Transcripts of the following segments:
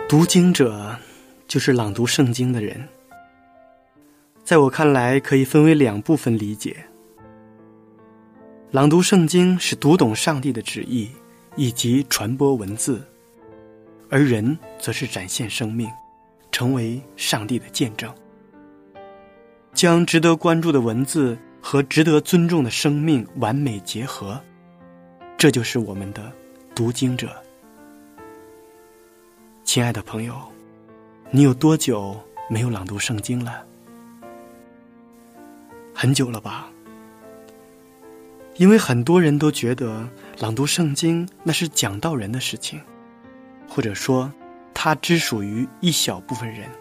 读经者就是朗读圣经的人。在我看来，可以分为两部分理解。朗读圣经是读懂上帝的旨意以及传播文字，而人则是展现生命，成为上帝的见证，将值得关注的文字和值得尊重的生命完美结合，这就是我们的读经者。亲爱的朋友，你有多久没有朗读圣经了？很久了吧？因为很多人都觉得朗读圣经那是讲道人的事情，或者说它只属于一小部分人。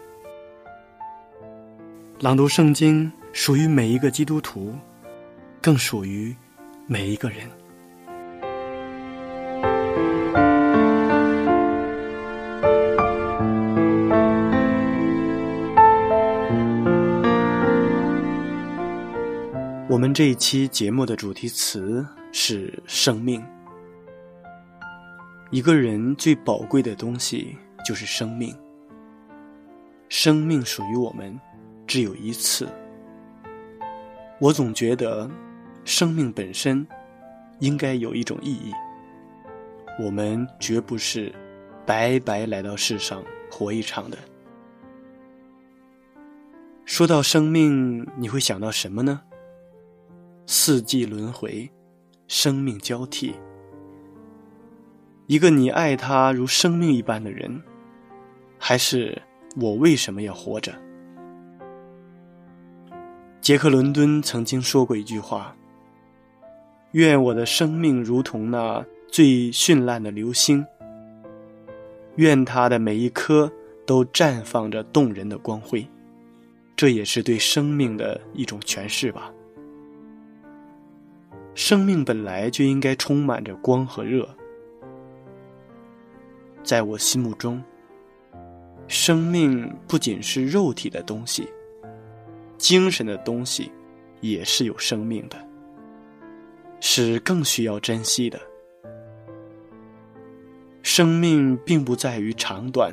朗读圣经属于每一个基督徒，更属于每一个人。我们这一期节目的主题词是生命。一个人最宝贵的东西就是生命。生命属于我们只有一次。我总觉得生命本身应该有一种意义。我们绝不是白白来到世上活一场的。说到生命，你会想到什么呢？四季轮回，生命交替。一个你爱他如生命一般的人，还是我为什么要活着？杰克伦敦曾经说过一句话：愿我的生命如同那最绚烂的流星，愿它的每一颗都绽放着动人的光辉。这也是对生命的一种诠释吧。生命本来就应该充满着光和热。在我心目中，生命不仅是肉体的东西，精神的东西也是有生命的，是更需要珍惜的。生命并不在于长短，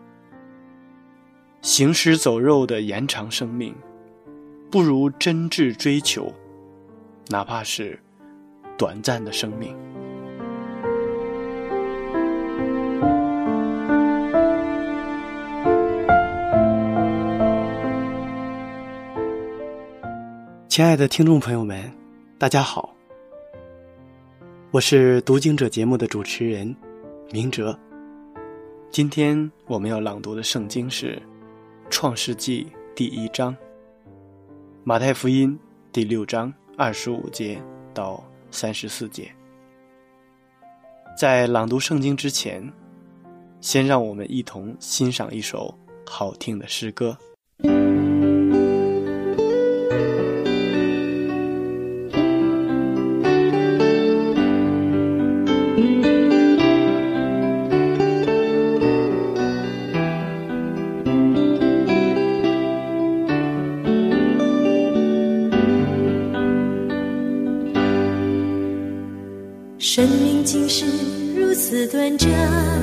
行尸走肉的延长生命，不如真挚追求，哪怕是短暂的生命。亲爱的听众朋友们，大家好，我是读经者节目的主持人明哲。今天我们要朗读的圣经是创世纪第1章，马太福音第6章25节到34节。在朗读圣经之前，先让我们一同欣赏一首好听的诗歌。 生命竟是如此短暂，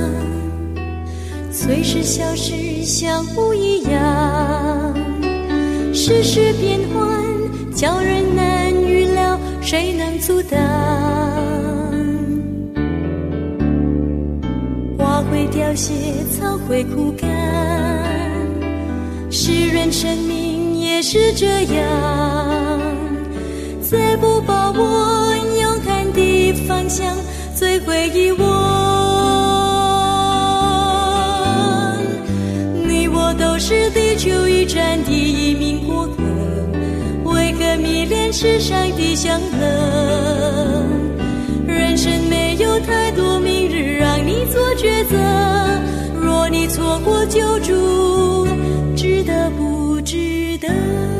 随时消失像雾一样，世事变幻，叫人难预料，谁能阻挡？花会凋谢，草会枯干，世人生命也是这样，再不把握勇敢的方向，最会遗忘。你我都是地球一站的一名过客，为何迷恋世上的享乐？人生没有太多明日让你做抉择，若你错过救助，值得不值得？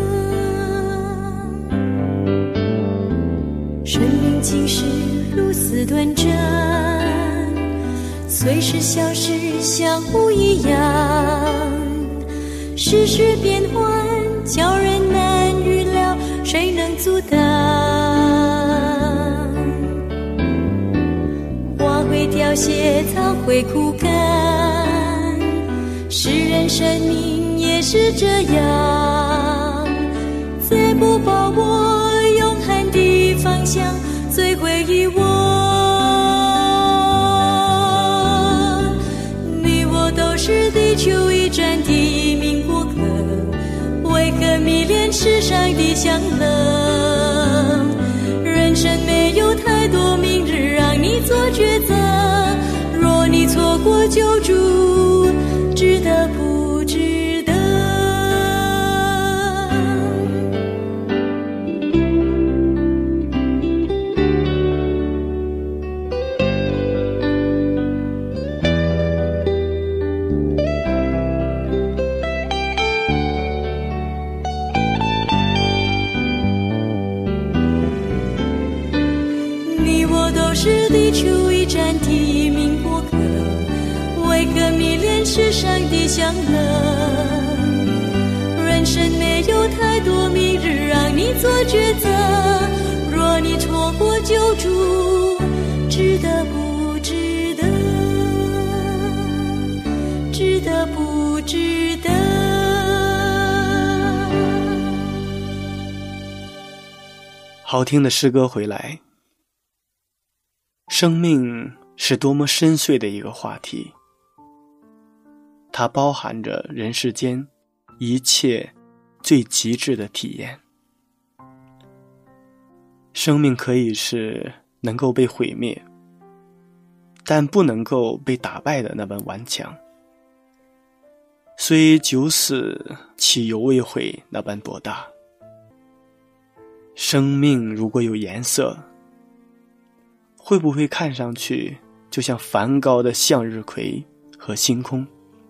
生命竟是如此短暂，随时消失像雾一样，世事变幻，叫人难预料，谁能阻挡？花会凋谢，草会枯干， 世人生命也是这样，再不把握永恒的方向，最会遗忘。你我都是地球一站的一名过客，为何迷恋世上的享乐？人生没有太多明日让你做抉择，若你错过救助，值得不值得？你我都是地球一站的一名过客，为何迷恋世上的享乐？人生没有太多明日让你做抉择，若你错过救助，值得不值得？值得不值得？ 好听的诗歌回来。生命是多么深邃的一个话题，它包含着人世间一切最极致的体验。生命可以是能够被毁灭，但不能够被打败的那般顽强，虽九死其犹未悔那般博大。生命如果有颜色，会不会看上去就像梵高的向日葵和星空？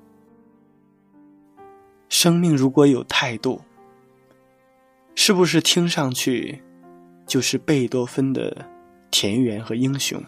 生命如果有态度，是不是听上去就是贝多芬的田园和英雄？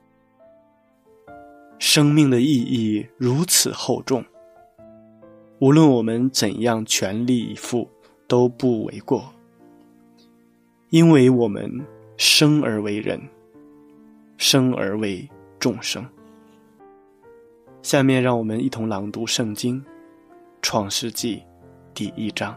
生命的意义如此厚重，无论我们怎样全力以赴都不为过，因为我们生而为人，生而为众生。下面让我们一同朗读圣经创世纪第1章。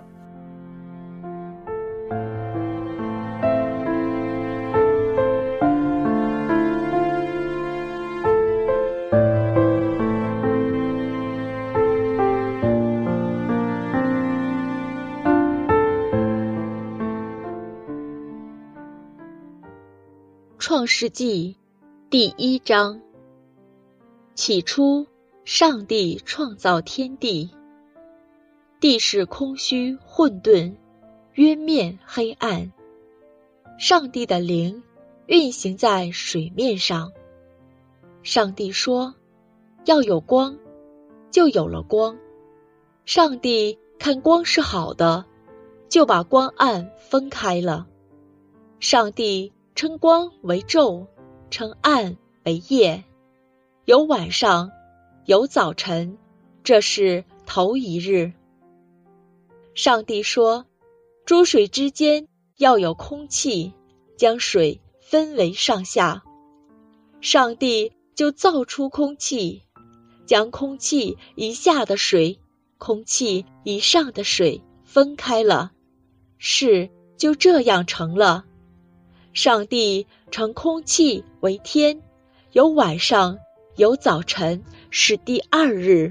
创世纪第1章。起初，上帝创造天地，地是空虚混沌，渊面黑暗。上帝的灵运行在水面上。上帝说：“要有光，就有了光。”上帝看光是好的，就把光暗分开了。上帝称光为昼，称暗为夜。有晚上，有早晨，这是头一日。上帝说：“诸水之间要有空气，将水分为上下。”上帝就造出空气，将空气以下的水、空气以上的水分开了，事就这样成了。上帝称空气为天，有晚上，有早晨，是第2日。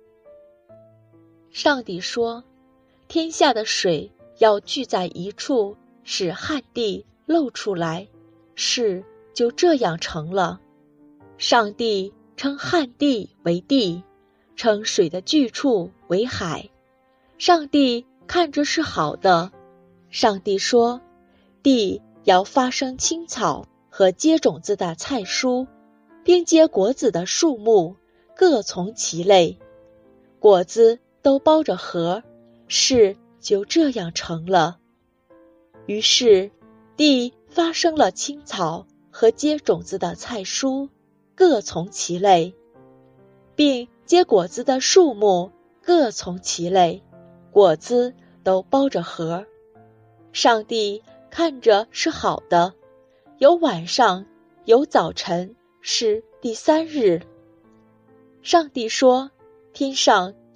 上帝说：“天下的水要聚在一处，使旱地露出来，事就这样成了。”上帝称旱地为地，称水的聚处为海。上帝看着是好的。上帝说：“地要发生青草和结种子的菜蔬，并结果子的树木，各从其类，果子都包着核，事就这样成了。”于是地发生了青草和结种子的菜蔬，各从其类，并结果子的树木，各从其类，果子都包着核。上帝看着是好的，有晚上，有早晨，是第3日。上帝说：“天上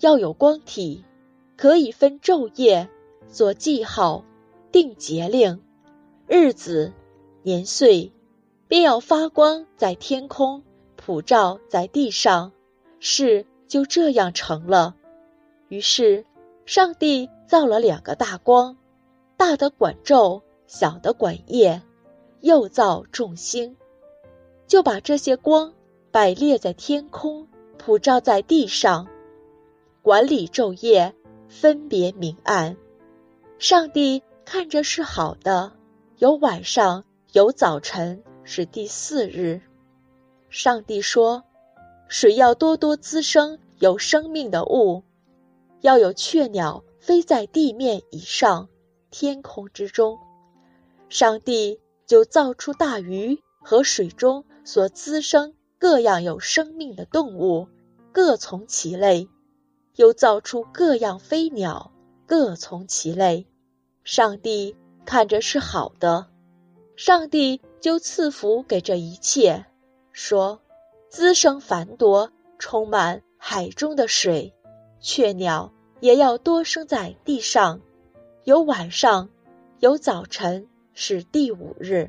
要有光体，可以分昼夜，做记号，定节令，日子、年岁，便要发光在天空，普照在地上，事就这样成了。于是上帝造了2个大光，大的管昼，小的管夜，又造众星，就把这些光摆列在天空，普照在地上，管理昼夜，分别明暗。上帝看着是好的，有晚上，有早晨，是第4日。上帝说，水要多多滋生有生命的物，要有雀鸟飞在地面以上，天空之中。上帝就造出大鱼和水中所滋生各样有生命的动物，各从其类，又造出各样飞鸟，各从其类。上帝看着是好的。上帝就赐福给这一切，说，滋生繁多，充满海中的水，雀鸟也要多生在地上，有晚上，有早晨，是第5日。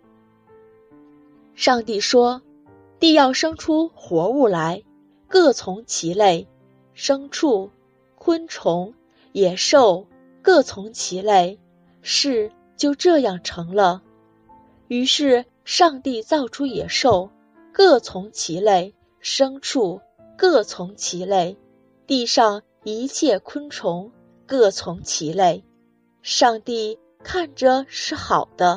上帝说，地要生出活物来，各从其类，牲畜、昆虫、野兽，各从其类，事就这样成了。于是上帝造出野兽，各从其类，牲畜，各从其类，地上一切昆虫，各从其类。上帝看着是好的。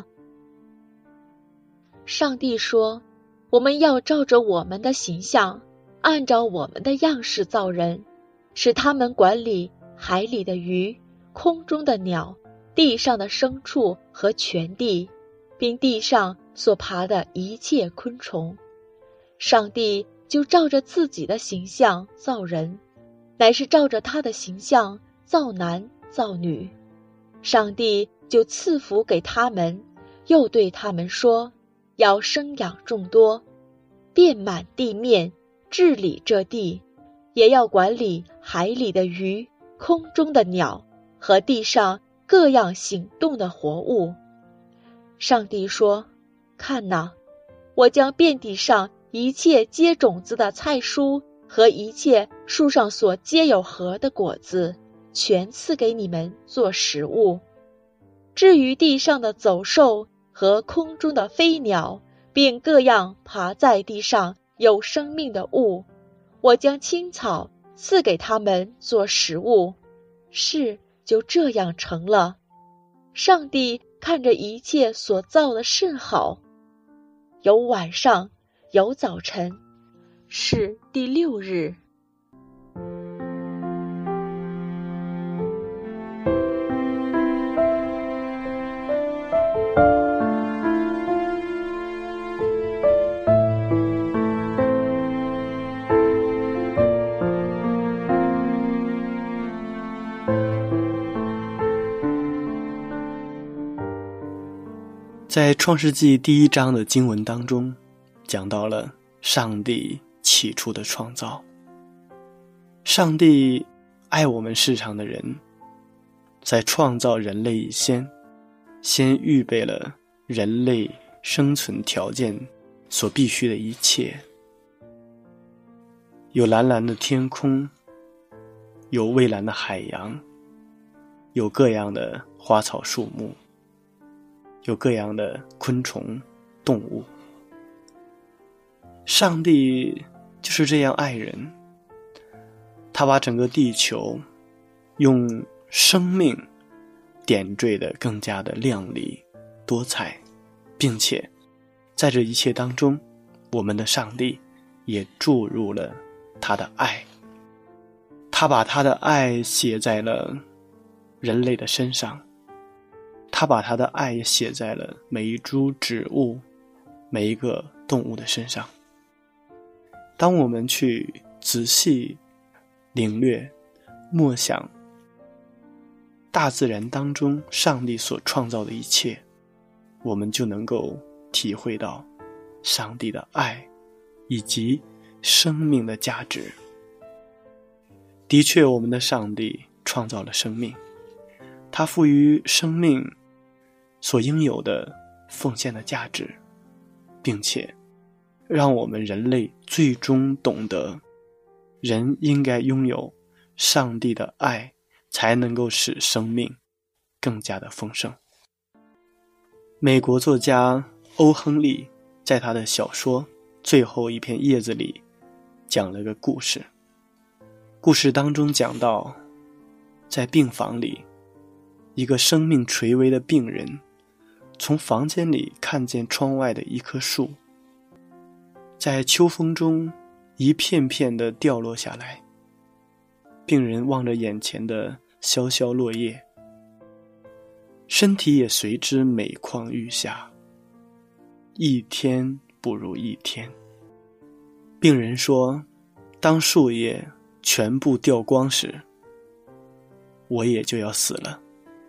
上帝说，我们要照着我们的形象，按照我们的样式造人，使他们管理海里的鱼，空中的鸟，地上的牲畜和全地，并地上所爬的一切昆虫。上帝就照着自己的形象造人，乃是照着他的形象造男造女。上帝就赐福给他们，又对他们说，要生养众多，遍满地面，治理这地，也要管理海里的鱼，空中的鸟和地上各样行动的活物。上帝说，看哪，我将遍地上一切结种子的菜蔬和一切树上所结有核的果子，全赐给你们做食物。至于地上的走兽和空中的飞鸟，并各样爬在地上有生命的物，我将青草赐给他们做食物。事就这样成了。上帝看着一切所造的甚好，有晚上，有早晨，是第6日。 在创世纪第1章的经文当中，讲到了上帝起初的创造。上帝爱我们世上的人，在创造人类以前，先预备了人类生存条件所必须的一切。有蓝蓝的天空，有蔚蓝的海洋，有各样的花草树木，有各样的昆虫动物。上帝就是这样爱人，他把整个地球用生命点缀得更加的亮丽多彩，并且在这一切当中，我们的上帝也注入了他的爱。他把他的爱写在了人类的身上，他把他的爱也写在了每一株植物，每一个动物的身上。当我们去仔细领略默想大自然当中上帝所创造的一切，我们就能够体会到上帝的爱以及生命的价值。 的确，我们的上帝创造了生命，他赋予生命所应有的奉献的价值，并且让我们人类最终懂得，人应该拥有上帝的爱，才能够使生命更加的丰盛。美国作家欧亨利在他的小说《最后一片叶子》里讲了个故事。故事当中讲到，在病房里，一个生命垂危的病人从房间里看见窗外的一棵树，在秋风中一片片地掉落下来。病人望着眼前的萧萧落叶，身体也随之每况愈下，一天不如一天。病人说，当树叶全部掉光时，我也就要死了。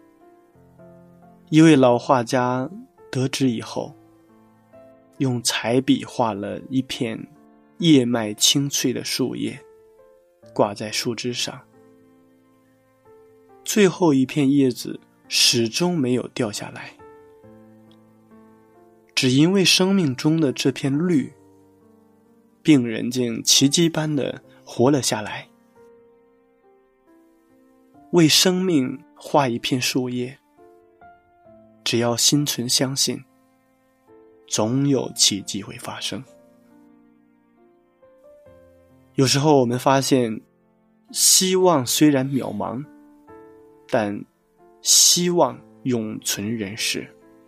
一位老画家得知以后，用彩笔画了一片叶脉青翠的树叶，挂在树枝上。最后一片叶子始终没有掉下来，只因为生命中的这片绿，病人竟奇迹般地活了下来。为生命画一片树叶，只要心存相信，总有奇迹会发生。有时候我们发现，希望虽然渺茫，但希望永存人世。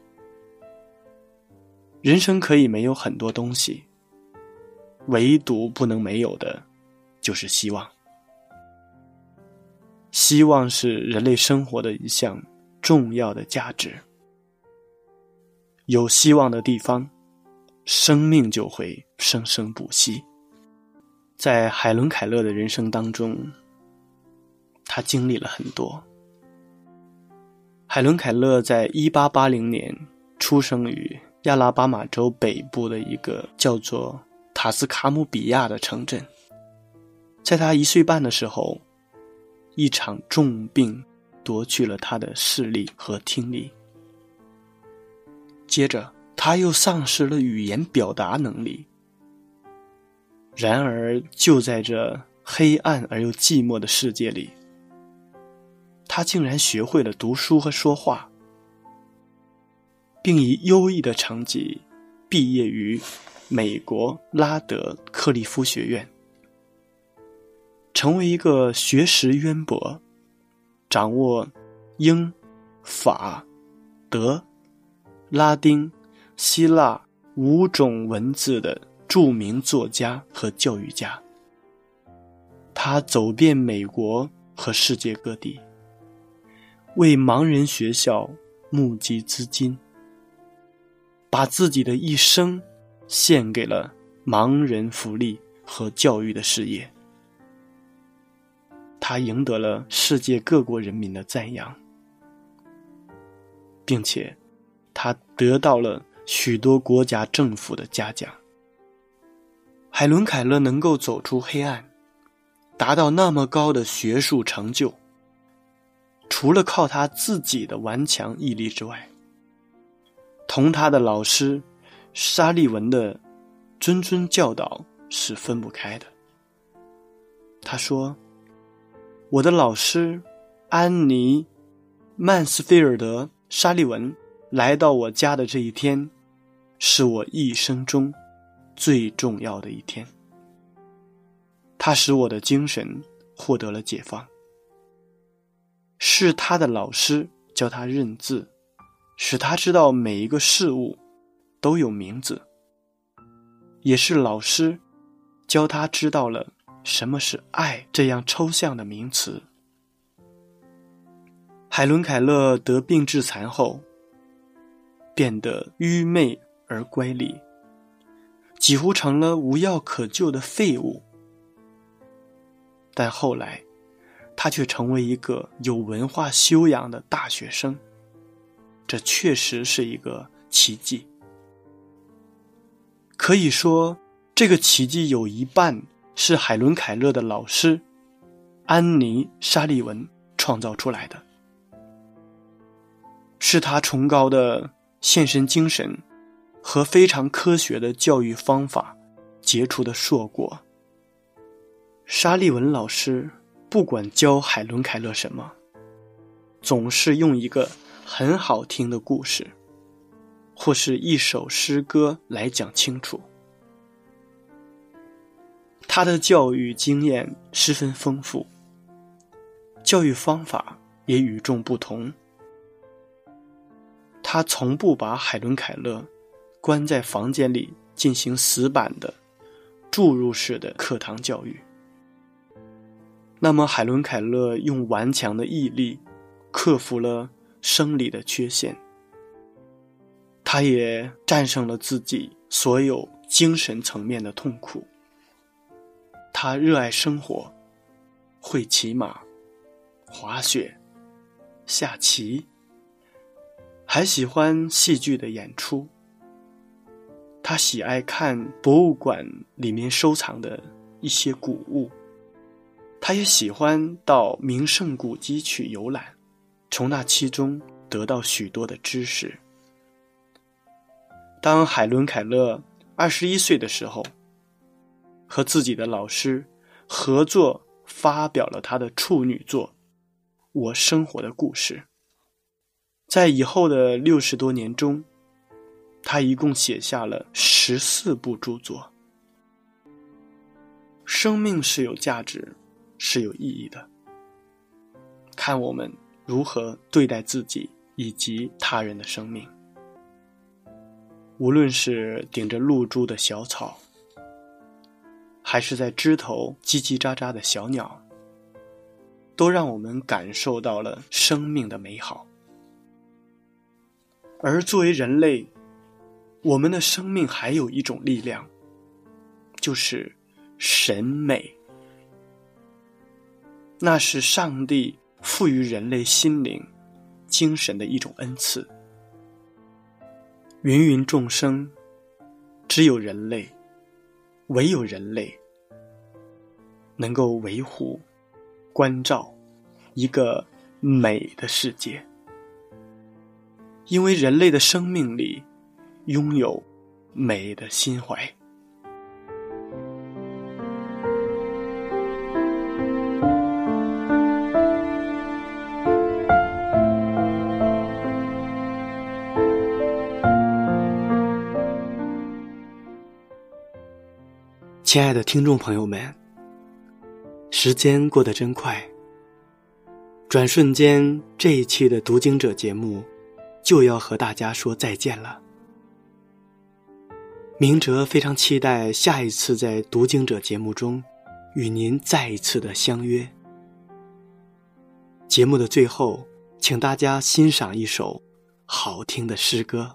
人生可以没有很多东西，唯独不能没有的就是希望。希望是人类生活的一项重要的价值。有希望的地方，生命就会生生不息。在海伦·凯勒的人生当中，他经历了很多。海伦·凯勒在1880年出生于亚拉巴马州北部的一个叫做塔斯卡姆比亚的城镇。在他1岁半的时候，一场重病夺去了他的视力和听力，接着他又丧失了语言表达能力。然而就在这黑暗而又寂寞的世界里，他竟然学会了读书和说话，并以优异的成绩毕业于美国拉德克利夫学院，成为一个学识渊博、掌握英、法、德、拉丁、希腊5种文字的著名作家和教育家。他走遍美国和世界各地，为盲人学校募集资金，把自己的一生献给了盲人福利和教育的事业。他赢得了世界各国人民的赞扬，并且他得到了许多国家政府的嘉奖。海伦·凯勒能够走出黑暗，达到那么高的学术成就，除了靠他自己的顽强毅力之外，同他的老师沙利文的谆谆教导是分不开的。他说，我的老师安妮·曼斯菲尔德·沙利文来到我家的这一天，是我一生中最重要的一天。他使我的精神获得了解放。是他的老师教他认字，使他知道每一个事物都有名字。也是老师教他知道了什么是爱这样抽象的名词。海伦·凯勒得病致残后，变得愚昧而乖戾，几乎成了无药可救的废物。但后来他却成为一个有文化修养的大学生，这确实是一个奇迹。可以说，这个奇迹有一半是海伦·凯勒的老师安妮·沙利文创造出来的，是他崇高的献身精神和非常科学的教育方法结出的硕果。沙利文老师不管教海伦·凯勒什么，总是用一个很好听的故事或是一首诗歌来讲清楚。他的教育经验十分丰富，教育方法也与众不同。他从不把海伦·凯勒关在房间里进行死板的注入式的课堂教育。那么海伦·凯勒用顽强的毅力克服了生理的缺陷，他也战胜了自己所有精神层面的痛苦。他热爱生活，会骑马、滑雪、下棋，还喜欢戏剧的演出。他喜爱看博物馆里面收藏的一些古物，他也喜欢到名胜古迹去游览，从那其中得到许多的知识。当海伦·凯勒21岁的时候，和自己的老师合作发表了他的处女作《我生活的故事》。在以后的60多年中，他一共写下了14部著作。生命是有价值，是有意义的，看我们如何对待自己以及他人的生命。无论是顶着露珠的小草，还是在枝头叽叽喳喳的小鸟，都让我们感受到了生命的美好。而作为人类，我们的生命还有一种力量，就是审美。那是上帝赋予人类心灵、精神的一种恩赐。芸芸众生，只有人类，唯有人类能够维护、关照一个美的世界，因为人类的生命里拥有美的心怀。 亲爱的听众朋友们，时间过得真快，转瞬间这一期的读经者节目就要和大家说再见了。明哲非常期待下一次在读经者节目中与您再一次的相约。节目的最后，请大家欣赏一首好听的诗歌。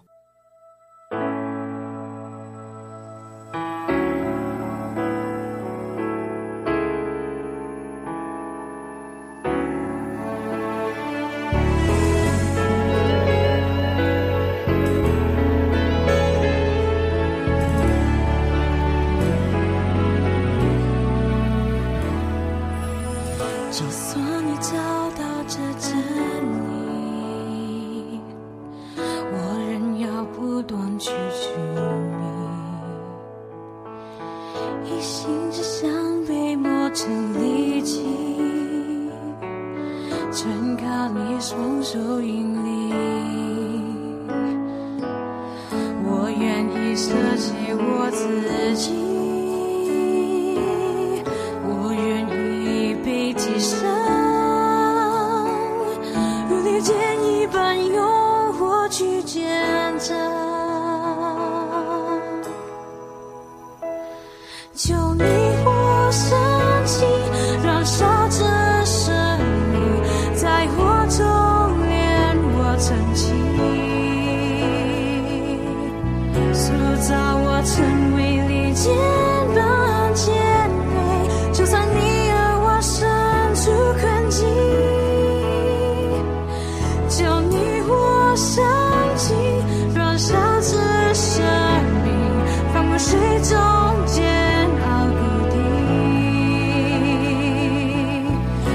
就算你找到这真理，我仍要不断去寻觅，一心只想被磨成利器，全靠你双手引领。我愿意舍弃我自己，我愿意被击伤，如利剑一般用我去见证。求你我升起，燃烧着生命，在火中炼我成器，塑造我成为利剑般尖锐，就算你而我生出痕迹，求你我升起，燃烧着生命，翻过水中煎熬谷底，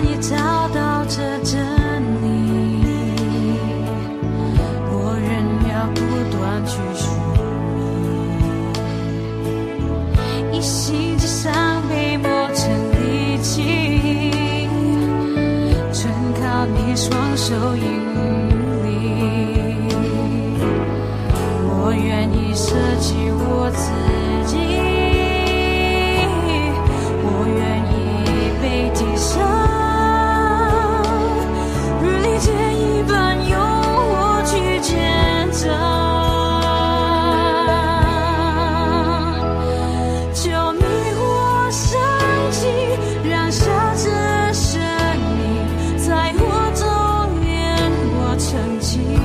然也找到这真理，我仍要不断去寻觅，一心之上被磨成利器，纯靠你双手引领，我愿意舍弃我自己，我愿意被提升，日历借一半由我去见证，救你我生机，燃烧着生命，在火中炼我成精，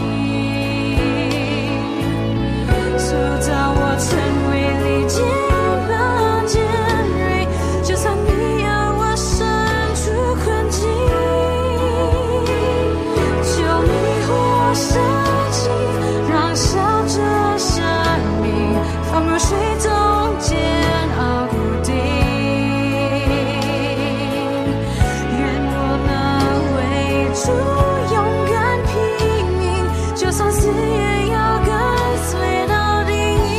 塑造我成为利剑般尖锐，就算你要我身处困境，求你我生气，燃烧着生命，放入水中煎熬不定，愿我能为主勇敢拼命，就算死也要跟随到底。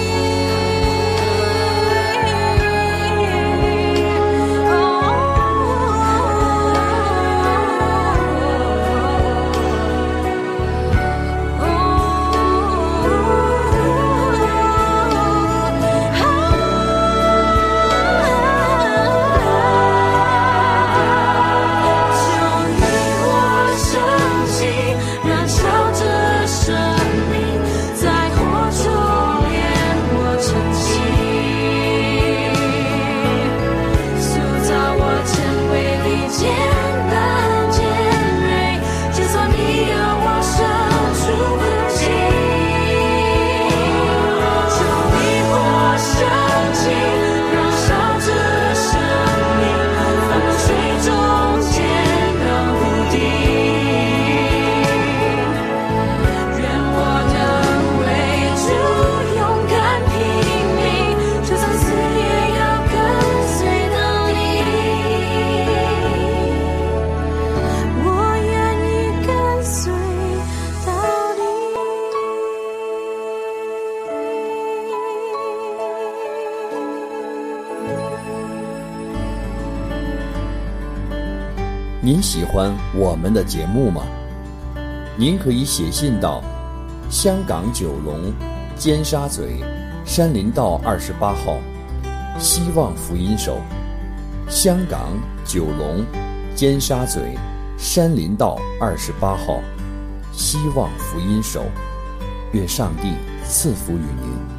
您喜欢我们的节目吗？您可以写信到香港九龙尖沙咀山林道28号希望福音手，香港九龙尖沙咀山林道28号希望福音手，愿上帝赐福于您。